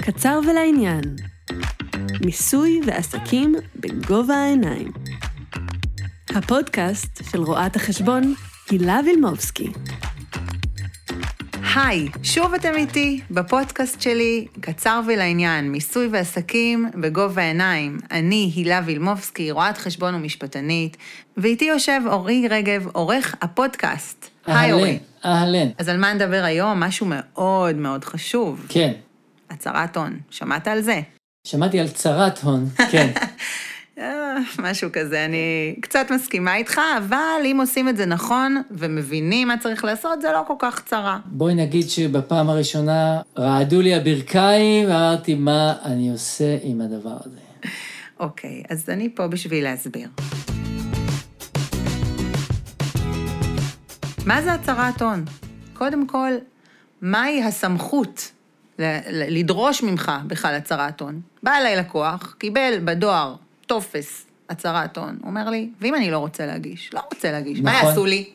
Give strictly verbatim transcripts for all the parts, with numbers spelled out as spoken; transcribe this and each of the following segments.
קצר ולעניין. מיסוי ועסקים בגובה העיניים. הפודקאסט של רואת החשבון הילה וילמובסקי. היי, שוב אתם איתי בפודקאסט שלי, קצר ולעניין, מיסוי ועסקים בגובה העיניים. אני הילה וילמובסקי, רואת חשבון ומשפטנית, ואיתי יושב אורי רגב, עורך הפודקאסט. היי אורי. אהלן. אז על מה נדבר היום? משהו מאוד מאוד חשוב. כן. הצהרת הון. שמעת על זה? שמעתי על צרת הון, כן. משהו כזה, אני קצת מסכימה איתך, אבל אם עושים את זה נכון ומבינים מה צריך לעשות, זה לא כל כך צרה. בואי נגיד שבפעם הראשונה רעדו לי הברכיים, ואמרתי מה אני עושה עם הדבר הזה. אוקיי, אז אני פה בשביל להסביר. מה זה הצהרת הון? קודם כל, מהי הסמכות לדרוש ממך בכלל הצהרת הון? בא אליי לקוח, קיבל בדואר טופס הצהרת הון, הוא אומר לי, ואם אני לא רוצה להגיש? לא רוצה להגיש, נכון. מה יעשו לי?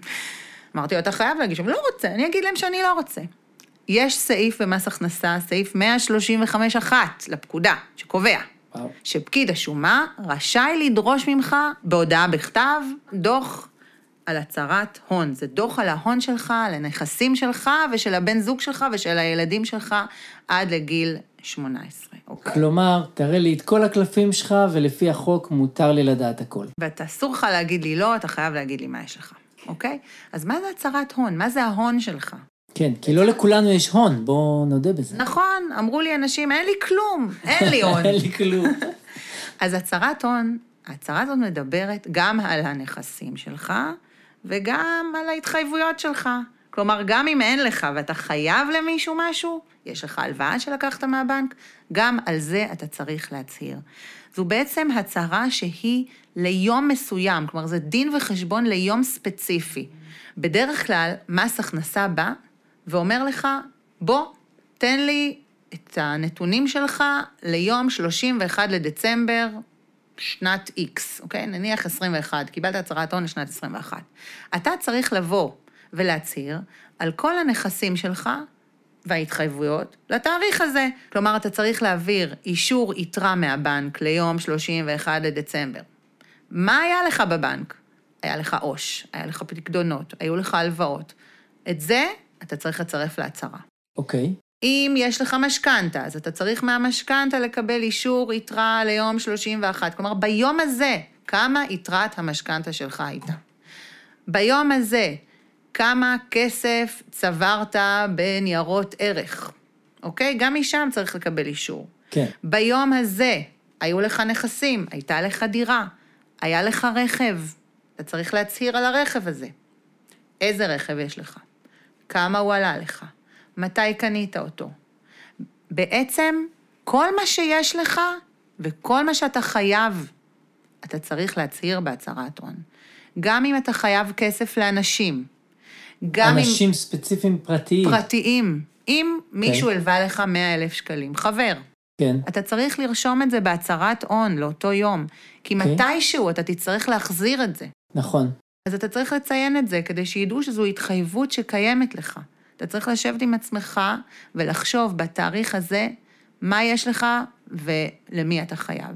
אמרתי לו, אתה חייב להגיש, אבל לא רוצה, אני אגיד להם שאני לא רוצה. יש סעיף במס הכנסה, סעיף מאה שלושים וחמש אחת לפקודה, שקובע, וואו. שפקיד השומה רשאי לדרוש ממך בהודעה בכתב, דוח על הצהרת הון. זה דוח על ההון שלך, על הנכסים שלך, ושל הבן זוג שלך, ושל הילדים שלך, עד לגיל שמונה עשרה. אוקיי? כלומר, תראה לי את כל הקלפים שלך, ולפי החוק מותר לי לדעת הכל. ואתה אסור לך להגיד לי לא, אתה חייב להגיד לי מה יש לך. אוקיי? אז מה זה הצהרת הון? מה זה ההון שלך? כן, כי לא לכולנו יש הון, בואו נודה בזה. נכון, אמרו לי אנשים, אין לי כלום, אין לי הון. אין לי כלום. אז הצהרת הון, ההצהרה הזאת מדברת גם על הנכסים שלך, וגם על ההתחייבויות שלך. כלומר, גם אם אין לך ואתה חייב למישהו משהו, יש לך הלוואה שלקחת מהבנק, גם על זה אתה צריך להצהיר. זו בעצם הצהרה שהיא ליום מסוים, כלומר זה דין וחשבון ליום ספציפי. בדרך כלל, מס הכנסה בא ואומר לך, בוא, תן לי את הנתונים שלך ליום שלושים ואחד לדצמבר, שנת X, אוקיי? נניח עשרים ואחת, קיבלת הצהרת הון לשנת עשרים ואחת. אתה צריך לבוא ולהצהיר על כל הנכסים שלך וההתחייבויות לתאריך הזה. כלומר, אתה צריך להעביר אישור יתרה מהבנק ליום שלושים ואחד לדצמבר. מה היה לך בבנק? היה לך עו"ש, היה לך פקדונות, היו לך הלוואות. את זה אתה צריך לצרף להצהרה. אוקיי. אם יש לך משכנתה, אז אתה צריך מהמשכנתה לקבל אישור יתרה ליום שלושים ואחת. כלומר, ביום הזה, כמה יתרת המשכנתה שלך הייתה? ביום הזה, כמה כסף צברת בניירות ערך? אוקיי? גם משם צריך לקבל אישור. כן. ביום הזה, היו לך נכסים, הייתה לך דירה, היה לך רכב. אתה צריך להצהיר על הרכב הזה. איזה רכב יש לך? כמה הוא עלה לך? מתי קנית אותו? בעצם, כל מה שיש לך, וכל מה שאתה חייב, אתה צריך להצהיר בהצהרת הון. גם אם אתה חייב כסף לאנשים, גם אנשים אם... ספציפיים פרטיים. פרטיים. אם מישהו הלווה לך מאה אלף שקלים, חבר, כן. אתה צריך לרשום את זה בהצהרת הון לאותו יום, כי מתישהו אתה תצטרך להחזיר את זה. נכון. אז אתה צריך לציין את זה, כדי שידעו שזו התחייבות שקיימת לך. אתה צריך לשבת עם עצמך ולחשוב בתאריך הזה מה יש לך ולמי אתה חייב.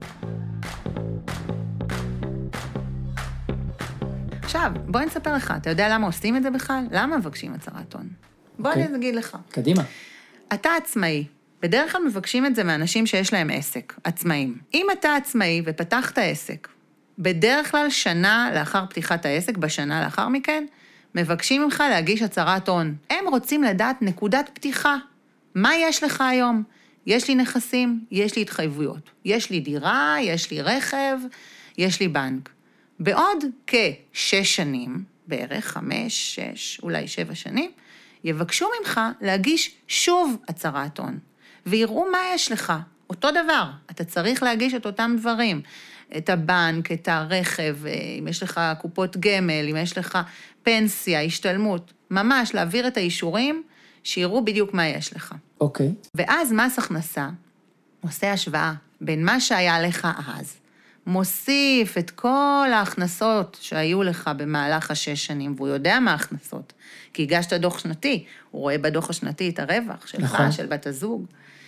עכשיו, בוא נספר לך, אתה יודע למה עושים את זה בכלל? למה מבקשים הצהרת הון? בוא okay. אני אגיד לך. קדימה. אתה עצמאי. בדרך כלל מבקשים את זה מאנשים שיש להם עסק, עצמאים. אם אתה עצמאי ופתחת עסק, בדרך כלל שנה לאחר פתיחת העסק, בשנה לאחר מכן, מבקשים ממך להגיש הצהרת הון. הם רוצים לדעת נקודת פתיחה. מה יש לך היום? יש לי נכסים, יש לי התחייבויות. יש לי דירה, יש לי רכב, יש לי בנק. בעוד כשש שנים, בערך חמש, שש, אולי שבע שנים, יבקשו ממך להגיש שוב הצהרת הון. ויראו מה יש לך. אותו דבר, אתה צריך להגיש את אותם דברים. את הבנק, את הרכב, אם יש לך קופות גמל, אם יש לך פנסיה, השתלמות, ממש להעביר את האישורים, שיראו בדיוק מה יש לך. אוקיי. ואז מס הכנסה עושה השוואה בין מה שהיה לך אז, מוסיף את כל ההכנסות שהיו לך במהלך השש שנים, והוא יודע מה ההכנסות, כי הגשת דוח שנתי, הוא רואה בדוח השנתי את הרווח שלך, נכון. של בת הזוג,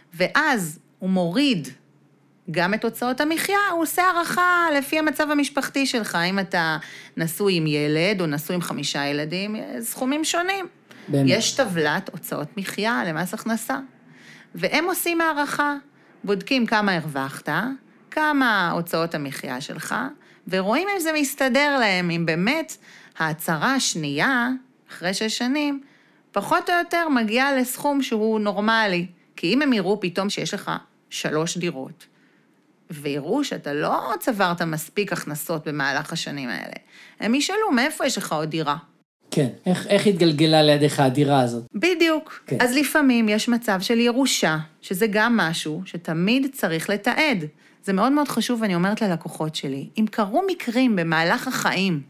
ואז הוא מוריד גם את הוצאות המחיה, הוא עושה הערכה לפי המצב המשפחתי שלך, אם אתה נשוי עם ילד או נשוי עם חמישה ילדים, סכומים שונים. באמת. יש טבלת הוצאות מחיה למס הכנסה, והם עושים הערכה, בודקים כמה הרווחת, כמה הוצאות המחיה שלך, ורואים אם זה מסתדר להם, אם באמת ההצהרה השנייה, אחרי שש שנים, פחות או יותר מגיעה לסכום שהוא נורמלי, כי אם הם יראו פתאום שיש לך שלוש דירות, ויראו שאתה לא צברת מספיק הכנסות במהלך השנים האלה, הם ישאלו מאיפה יש לך עוד דירה. כן, איך, איך התגלגלה לידיך הדירה הזאת? בדיוק. כן. אז לפעמים יש מצב של ירושה, שזה גם משהו שתמיד צריך לתעד. זה מאוד מאוד חשוב, ואני אומרת ללקוחות שלי, אם קרו מקרים במהלך החיים,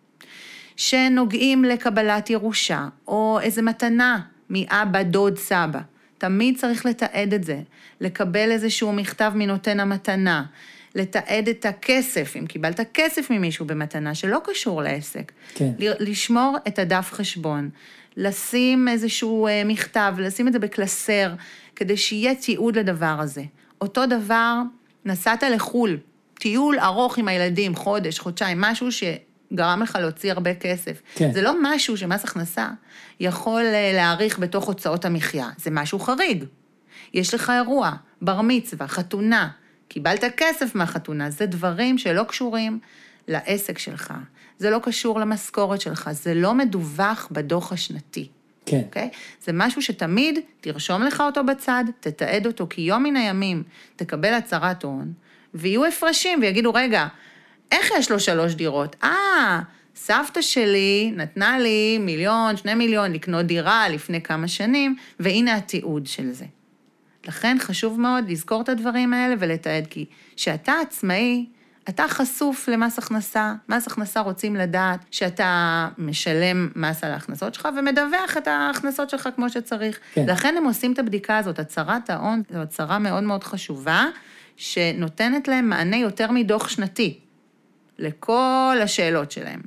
שנוגעים לקבלת ירושה, או איזו מתנה מאבא, דוד, סבא, תמיד צריך לתעד את זה, לקבל איזשהו מכתב מנותן המתנה, לתעד את הכסף, אם קיבלת כסף ממישהו במתנה, שלא קשור לעסק, כן. לשמור את הדף חשבון, לשים איזשהו מכתב, לשים את זה בקלסר, כדי שיהיה תיעוד לדבר הזה. אותו דבר, נסעת לחול, טיול ארוך עם הילדים, חודש, חודשיים, משהו שגרם לך להוציא הרבה כסף. כן. זה לא משהו שמס הכנסה יכול להעריך בתוך הוצאות המחיה, זה משהו חריג. יש לך אירוע, בר מצווה, חתונה, קיבלת כסף מהחתונה, זה דברים שלא קשורים לעסק שלך, זה לא קשור למשכורת שלך, זה לא מדווח בדוח השנתי. כן. Okay? זה משהו שתמיד תרשום לך אותו בצד, תתעד אותו, כי יום מן הימים תקבל הצהרת הון, ויהיו הפרשים ויגידו, רגע, איך יש לו שלוש דירות? אה, סבתא שלי נתנה לי מיליון, שני מיליון לקנות דירה לפני כמה שנים, והנה התיעוד של זה. לכן חשוב מאוד לזכור את הדברים האלה ולתעד, כי שאתה עצמאי, אתה חשוף למס הכנסה, מס הכנסה רוצים לדעת שאתה משלם מס על ההכנסות שלך, ומדווח את ההכנסות שלך כמו שצריך. כן. לכן הם עושים את הבדיקה הזאת, הצהרת ההון, זו הצהרה מאוד מאוד חשובה, שנותנת להם מענה יותר מדוח שנתי, לכל השאלות שלהם.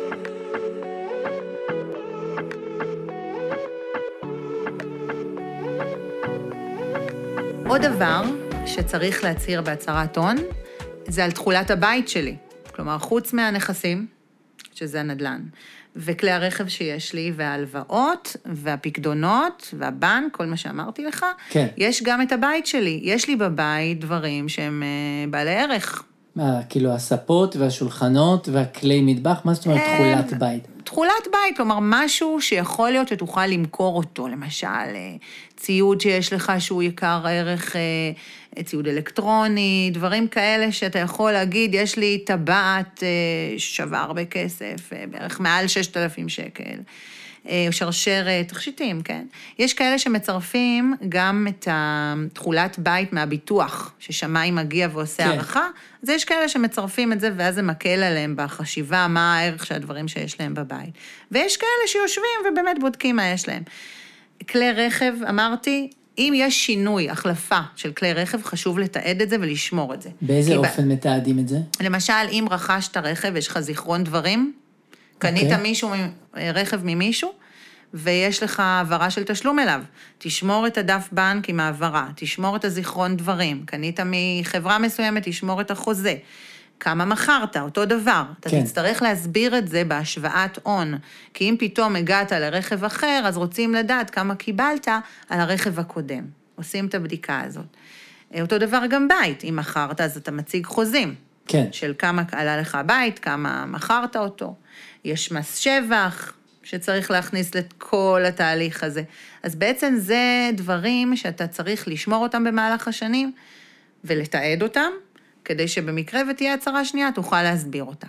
עוד דבר שצריך להצהיר בהצהרת הון, זה על תחולת הבית שלי. כלומר, חוץ מהנכסים, שזה הנדלן, וכלי הרכב שיש לי, וההלוואות, והפקדונות, והבנק, כל מה שאמרתי לך, כן. יש גם את הבית שלי. יש לי בבית דברים שהם בעלי ערך. מה, כאילו הספות והשולחנות והכלי מטבח, מה זאת אומרת תחולת בית? תחולת בית, כלומר, משהו שיכול להיות שתוכל למכור אותו, למשל, ציוד שיש לך שהוא יקר ערך, ציוד אלקטרוני, דברים כאלה שאתה יכול להגיד, יש לי טבעת שווה הרבה כסף, בערך מעל ששת אלפים שקל, או שרשרת, תכשיטים, כן? יש כאלה שמצרפים גם את תחולת בית מהביטוח, ששמאי מגיע ועושה כן. הערכה, אז יש כאלה שמצרפים את זה, ואז זה מקל עליהם בחשיבה, מה הערך של הדברים שיש להם בבית. ויש כאלה שיושבים ובאמת בודקים מה יש להם. כלי רכב, אמרתי, אם יש שינוי, החלפה של כלי רכב, חשוב לתעד את זה ולשמור את זה. באיזה אופן ב... מתעדים את זה? למשל, אם רכשת רכב, יש לך זיכרון דברים, קנית okay. מישהו, רכב ממישהו, ויש לך העברה של תשלום אליו. תשמור את הדף בנק עם העברה, תשמור את הזיכרון דברים, קנית מחברה מסוימת, תשמור את החוזה. כמה מכרת, אותו דבר. אתה כן. תצטרך להסביר את זה בהשוואת הון, כי אם פתאום הגעת לרכב אחר, אז רוצים לדעת כמה קיבלת על הרכב הקודם. עושים את הבדיקה הזאת. אותו דבר גם בית, אם מכרת, אז אתה מציג חוזים. כן. של כמה עלה לך הבית, כמה מכרת אותו. יש מס שבח שצריך להכניס לכל התהליך הזה. אז בעצם זה דברים שאתה צריך לשמור אותם במהלך השנים, ולתעד אותם, כדי שבמקרה ותהיה הצהרה שנייה, תוכל להסביר אותם.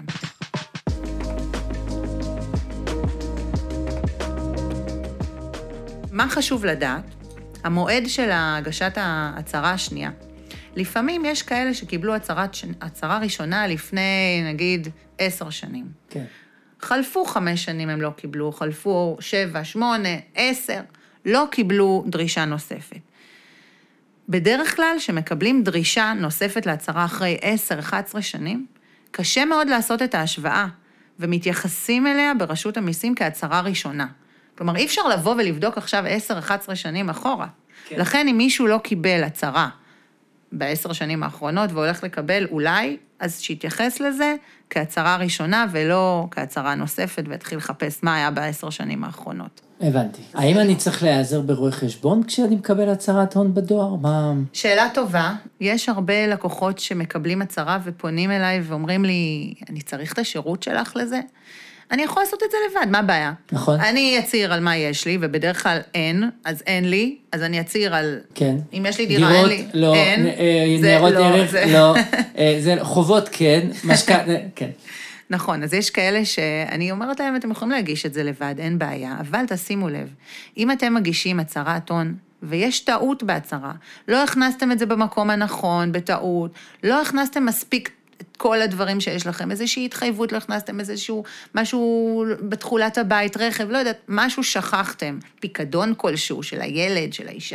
מה חשוב לדעת? המועד של הגשת ההצהרה השנייה. לפעמים יש כאלה שקיבלו הצהרת, הצהרה ראשונה לפני, נגיד, עשר שנים. כן. חלפו חמש שנים הם לא קיבלו, חלפו שבע, שמונה, עשר, לא קיבלו דרישה נוספת. בדרך כלל, שמקבלים דרישה נוספת להצהרה אחרי עשר, אחת עשרה שנים, קשה מאוד לעשות את ההשוואה, ומתייחסים אליה ברשות המיסים כהצהרה ראשונה. כלומר, אי אפשר לבוא ולבדוק עכשיו עשר, אחת עשרה שנים אחורה. כן. לכן אם מישהו לא קיבל הצהרה בעשר שנים האחרונות והולך לקבל אולי, אז שיתייחס לזה כהצהרה ראשונה ולא כהצהרה נוספת, והתחיל לחפש מה היה בעשר שנים האחרונות. הבנתי. האם אני צריך להיעזר ברואה חשבון כשאני מקבל הצהרת הון בדואר? מה... שאלה טובה. יש הרבה לקוחות שמקבלים הצהרה ופונים אליי ואומרים לי, אני צריך את השירות שלך לזה? אני יכול לעשות את זה לבד, מה הבעיה? נכון. אני אציר על מה יש לי, ובדרך כלל אין, אז אין לי, אז אני אציר על... כן. אם יש לי דירה, אין לי, לא, אין. נ, ניירות לא, ערך, זה... לא. זה חובות כן, משכנתה, כן. נכון, אז יש כאלה שאני אומרת להם, אתם יכולים להגיש את זה לבד, אין בעיה, אבל תשימו לב, אם אתם מגישים הצהרת הון, ויש טעות בהצהרה, לא הכנסתם את זה במקום הנכון, בטעות, לא הכנסתם מספיק את כל הדברים שיש לכם, איזושהי התחייבות, לא הכנסתם איזשהו משהו בתחולת הבית, רכב, לא יודעת, משהו שכחתם, פיקדון כלשהו של הילד, של האישה.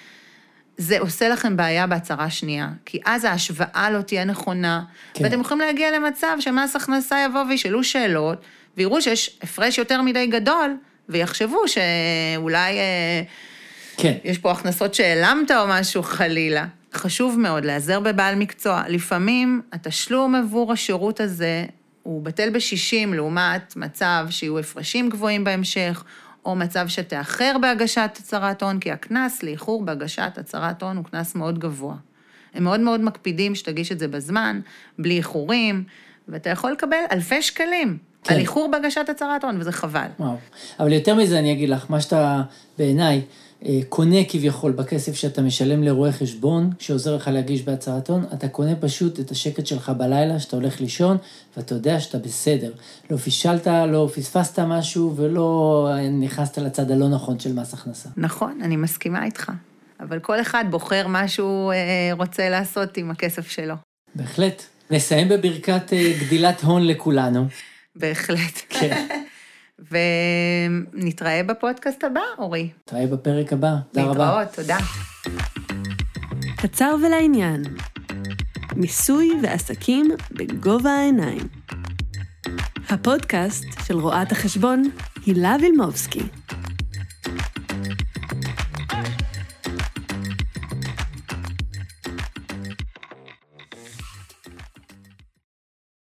זה עושה לכם בעיה בהצהרה שנייה, כי אז ההשוואה לא תהיה נכונה, כן. ואתם יכולים להגיע למצב שמס הכנסה יבוא וישאלו שאלות, ויראו שיש הפרש יותר מדי גדול, ויחשבו שאולי כן. יש פה הכנסות שהעלמת או משהו חלילה. חשוב מאוד להיעזר בבעל מקצוע. לפעמים התשלום עבור השירות הזה הוא בטל בשישים, לעומת מצב שיהיו הפרשים גבוהים בהמשך, או מצב שתאחר בהגשת הצהרת הון, כי הכנס לאיחור בהגשת הצהרת הון הוא כנס מאוד גבוה. הם מאוד מאוד מקפידים שתגיש את זה בזמן, בלי איחורים, ואתה יכול לקבל אלפי שקלים כן. על איחור בהגשת הצהרת הון, וזה חבל. וואו. אבל יותר מזה אני אגיד לך, מה שאתה בעיניי קונה כביכול בכסף שאתה משלם לרואה חשבון, שעוזר לך להגיש בהצהרת הון, אתה קונה פשוט את השקט שלך בלילה, שאתה הולך לישון, ואתה יודע שאתה בסדר. לא פישלת, לא פספסת משהו, ולא נכנסת לצד הלא נכון של מס הכנסה. נכון, אני מסכימה איתך. אבל כל אחד בוחר מה שהוא רוצה לעשות עם הכסף שלו. בהחלט. נסיים בברכת גדילת הון לכולנו. בהחלט. כן. ונתראה בפודקאסט הבא, אורי. נתראה בפרק הבא. תודה רבה. להתראות, תודה. קצר ולעניין. מיסוי ועסקים בגובה העיניים. הפודקאסט של רואת החשבון הילה וילמובסקי.